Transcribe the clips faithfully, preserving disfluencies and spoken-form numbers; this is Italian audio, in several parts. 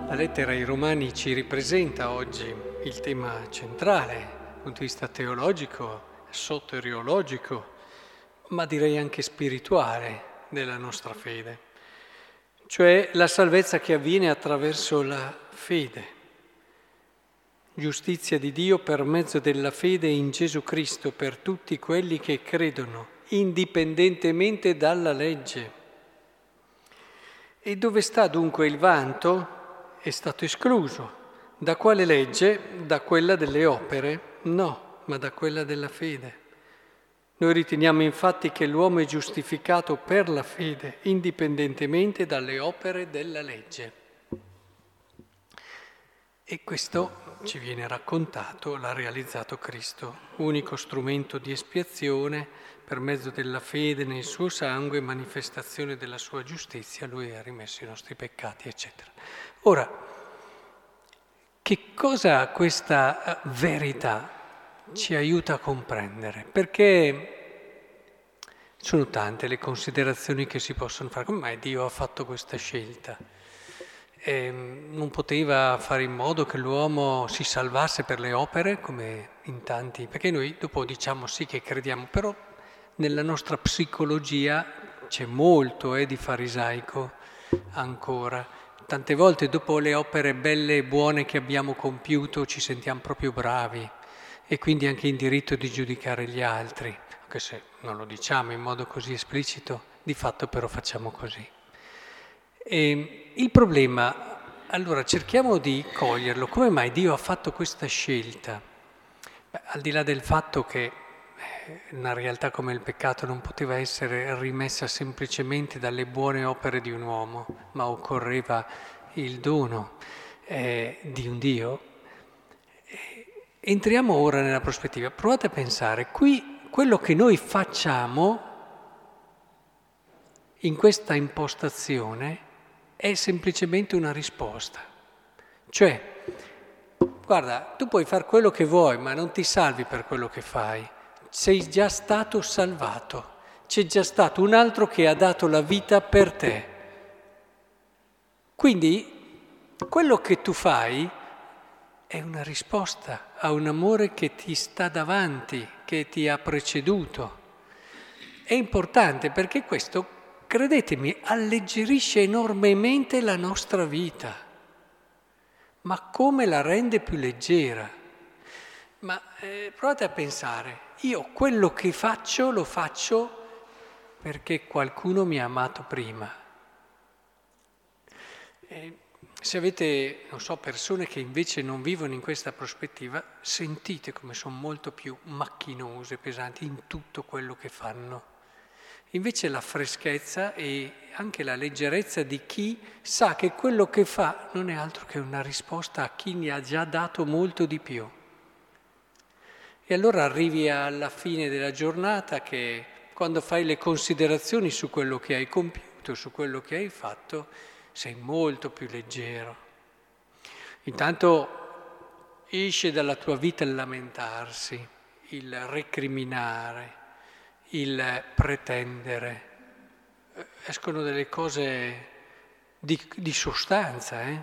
La lettera ai Romani ci ripresenta oggi il tema centrale dal punto di vista teologico, soteriologico, ma direi anche spirituale della nostra fede, cioè la salvezza che avviene attraverso la fede, giustizia di Dio per mezzo della fede in Gesù Cristo per tutti quelli che credono, indipendentemente dalla legge. E dove sta dunque il vanto? È stato escluso. Da quale legge? Da quella delle opere? No, ma da quella della fede. Noi riteniamo infatti che l'uomo è giustificato per la fede, indipendentemente dalle opere della legge. E questo ci viene raccontato, l'ha realizzato Cristo, unico strumento di espiazione per mezzo della fede nel suo sangue, manifestazione della sua giustizia, lui ha rimesso i nostri peccati, eccetera. Ora, che cosa questa verità ci aiuta a comprendere? Perché sono tante le considerazioni che si possono fare. Come mai Dio ha fatto questa scelta? Eh, non poteva fare in modo che l'uomo si salvasse per le opere, come in tanti... Perché noi dopo diciamo sì che crediamo, però nella nostra psicologia c'è molto eh, di farisaico ancora. Tante volte dopo le opere belle e buone che abbiamo compiuto ci sentiamo proprio bravi e quindi anche in diritto di giudicare gli altri, anche se non lo diciamo in modo così esplicito, di fatto però facciamo così. E il problema, allora cerchiamo di coglierlo, come mai Dio ha fatto questa scelta? Beh, al di là del fatto che una realtà come il peccato non poteva essere rimessa semplicemente dalle buone opere di un uomo, ma occorreva il dono eh, di un Dio. Entriamo ora nella prospettiva. Provate a pensare, qui quello che noi facciamo in questa impostazione è semplicemente una risposta. Cioè, guarda, tu puoi fare quello che vuoi, ma non ti salvi per quello che fai. Sei già stato salvato, c'è già stato un altro che ha dato la vita per te. Quindi quello che tu fai è una risposta a un amore che ti sta davanti, che ti ha preceduto. È importante perché questo, credetemi, alleggerisce enormemente la nostra vita. Ma come la rende più leggera? Ma eh, provate a pensare, io quello che faccio lo faccio perché qualcuno mi ha amato prima. Eh, se avete, non so, persone che invece non vivono in questa prospettiva, sentite come sono molto più macchinose, pesanti in tutto quello che fanno. Invece la freschezza e anche la leggerezza di chi sa che quello che fa non è altro che una risposta a chi ne ha già dato molto di più. E allora arrivi alla fine della giornata che quando fai le considerazioni su quello che hai compiuto, su quello che hai fatto, sei molto più leggero. Intanto esce dalla tua vita il lamentarsi, il recriminare, il pretendere. Escono delle cose di, di sostanza, eh?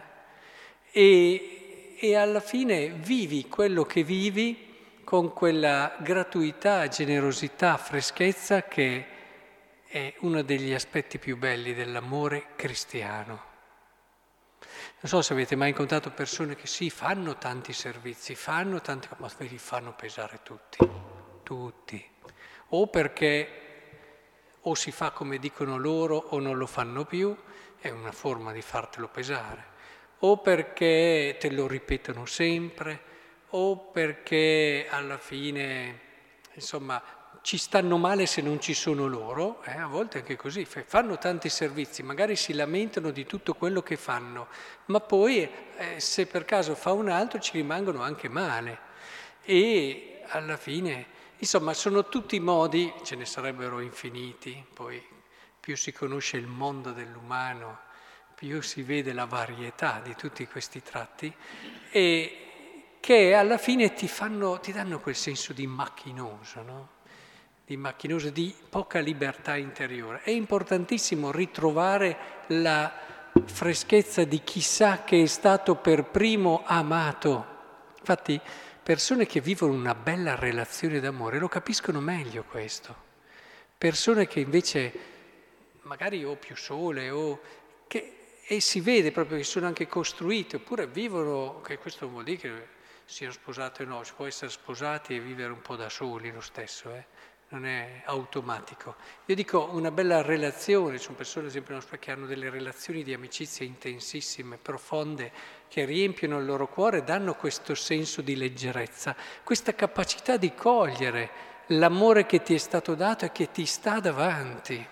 E, e alla fine vivi quello che vivi con quella gratuità, generosità, freschezza che è uno degli aspetti più belli dell'amore cristiano. Non so se avete mai incontrato persone che sì, fanno tanti servizi, fanno tanti, ma ve li fanno pesare tutti, tutti. O perché o si fa come dicono loro o non lo fanno più, è una forma di fartelo pesare, o perché te lo ripetono sempre, o perché alla fine, insomma, ci stanno male se non ci sono loro, eh, a volte anche così, fanno tanti servizi, magari si lamentano di tutto quello che fanno, ma poi eh, se per caso fa un altro ci rimangono anche male e alla fine, insomma, sono tutti modi, ce ne sarebbero infiniti, poi più si conosce il mondo dell'umano, più si vede la varietà di tutti questi tratti e che alla fine ti fanno, ti danno quel senso di macchinoso, no? Di macchinoso, di poca libertà interiore. È importantissimo ritrovare la freschezza di chissà che è stato per primo amato. Infatti, persone che vivono una bella relazione d'amore lo capiscono meglio questo. Persone che invece, magari o più sole, o che, e si vede proprio che sono anche costruite, oppure vivono, che questo non vuol dire che siano sposate o no, si può essere sposati e vivere un po' da soli lo stesso, eh? Non è automatico. Io dico una bella relazione, ci sono persone ad esempio che hanno delle relazioni di amicizia intensissime, profonde, che riempiono il loro cuore e danno questo senso di leggerezza, questa capacità di cogliere l'amore che ti è stato dato e che ti sta davanti.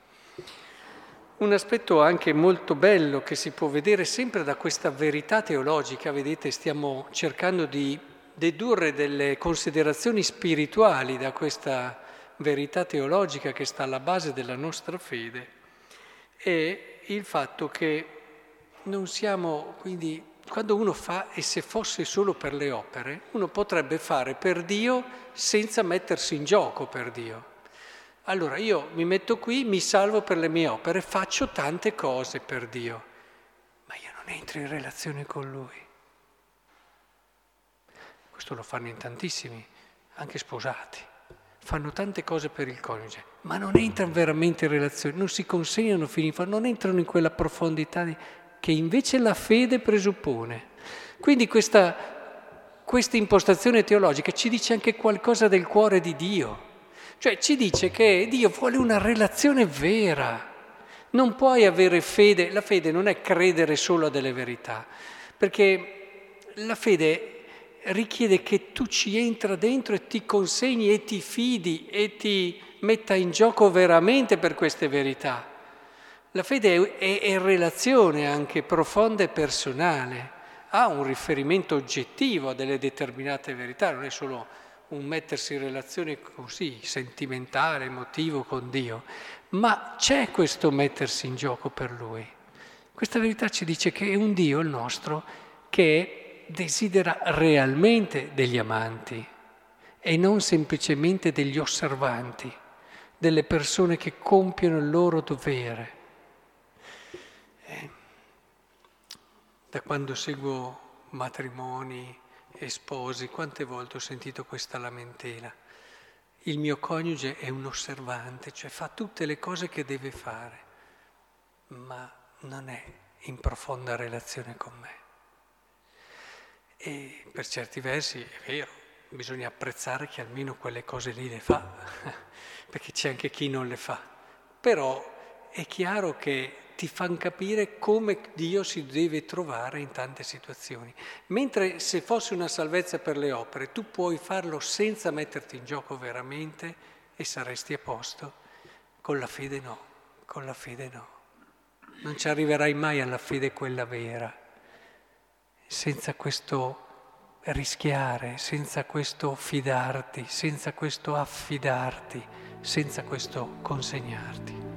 Un aspetto anche molto bello che si può vedere sempre da questa verità teologica, vedete, stiamo cercando di dedurre delle considerazioni spirituali da questa verità teologica che sta alla base della nostra fede, è il fatto che non siamo, quindi, quando uno fa, e se fosse solo per le opere, uno potrebbe fare per Dio senza mettersi in gioco per Dio. Allora io mi metto qui, mi salvo per le mie opere, faccio tante cose per Dio, ma io non entro in relazione con Lui. Questo lo fanno in tantissimi, anche sposati. Fanno tante cose per il coniuge, ma non entrano veramente in relazione, non si consegnano fino in fondo, non entrano in quella profondità di, che invece la fede presuppone. Quindi questa, questa impostazione teologica ci dice anche qualcosa del cuore di Dio. Cioè ci dice che Dio vuole una relazione vera. Non puoi avere fede, la fede non è credere solo a delle verità, perché la fede richiede che tu ci entra dentro e ti consegni e ti fidi e ti metta in gioco veramente per queste verità. La fede è, è relazione anche profonda e personale, ha un riferimento oggettivo a delle determinate verità, non è solo un mettersi in relazione così, sentimentale, emotivo con Dio, ma c'è questo mettersi in gioco per Lui. Questa verità ci dice che è un Dio, il nostro, che desidera realmente degli amanti e non semplicemente degli osservanti, delle persone che compiono il loro dovere. Eh, da quando seguo matrimoni e sposi, quante volte ho sentito questa lamentela. Il mio coniuge è un osservante, cioè fa tutte le cose che deve fare, ma non è in profonda relazione con me. E per certi versi è vero, bisogna apprezzare che almeno quelle cose lì le fa, perché c'è anche chi non le fa. Però è chiaro che ti fanno capire come Dio si deve trovare in tante situazioni. Mentre se fosse una salvezza per le opere, tu puoi farlo senza metterti in gioco veramente e saresti a posto. Con la fede no, con la fede no. Non ci arriverai mai alla fede quella vera, senza questo rischiare, senza questo fidarti, senza questo affidarti, senza questo consegnarti.